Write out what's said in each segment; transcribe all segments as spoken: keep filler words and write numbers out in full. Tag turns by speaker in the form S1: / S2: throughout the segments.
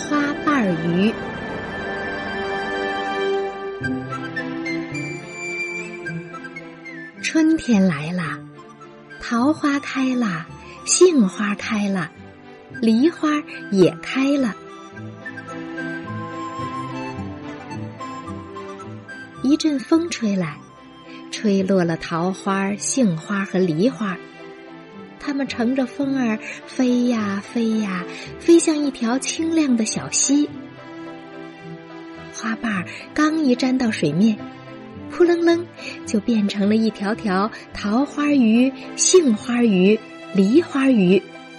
S1: 花瓣鱼。春天来了，桃花开了，杏花开了，梨花也开了。一阵风吹来，吹落了桃花、杏花和梨花，它们乘着风儿飞呀飞呀，飞向一条清亮的小溪。花瓣刚一沾到水面，扑棱棱就变成了一条条桃花鱼、杏花鱼、梨花鱼。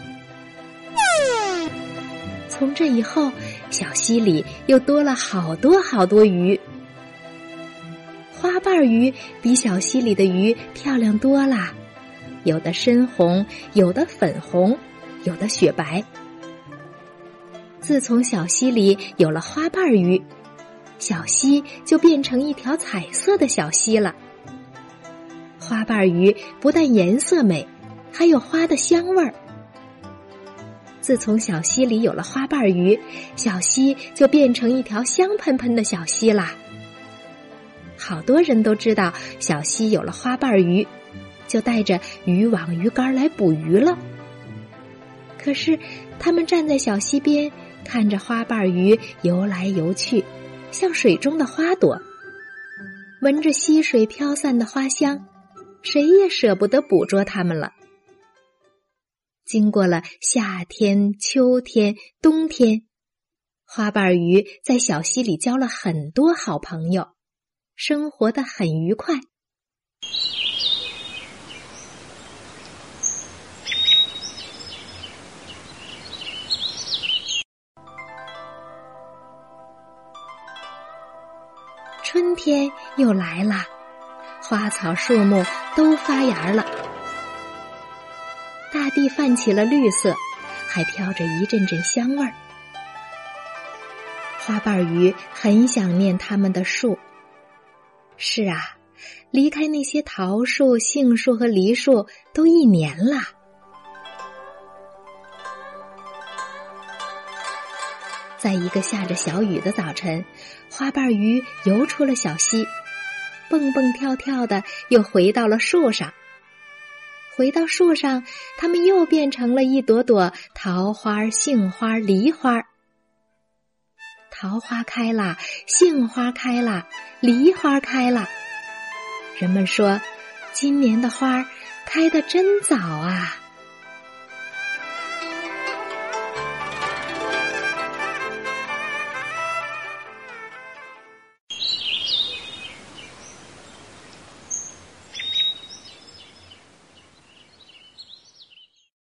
S1: 从这以后，小溪里又多了好多好多鱼。花瓣鱼比小溪里的鱼漂亮多啦，有的深红，有的粉红，有的雪白。自从小溪里有了花瓣鱼，小溪就变成一条彩色的小溪了。花瓣鱼不但颜色美，还有花的香味儿。自从小溪里有了花瓣鱼，小溪就变成一条香喷喷的小溪啦。好多人都知道小溪有了花瓣鱼，就带着渔网鱼竿来捕鱼了。可是他们站在小溪边，看着花瓣鱼游来游去，像水中的花朵，闻着溪水飘散的花香，谁也舍不得捕捉它们了。经过了夏天、秋天、冬天，花瓣鱼在小溪里交了很多好朋友，生活得很愉快。春天又来了，花草树木都发芽了，大地泛起了绿色，还飘着一阵阵香味儿。花瓣鱼很想念它们的树。是啊，离开那些桃树、杏树和梨树都一年了。在一个下着小雨的早晨，花瓣鱼游出了小溪，蹦蹦跳跳的又回到了树上。回到树上，它们又变成了一朵朵桃花、杏花、梨花。桃花开了，杏花开了，梨花开了。人们说，今年的花开得真早啊。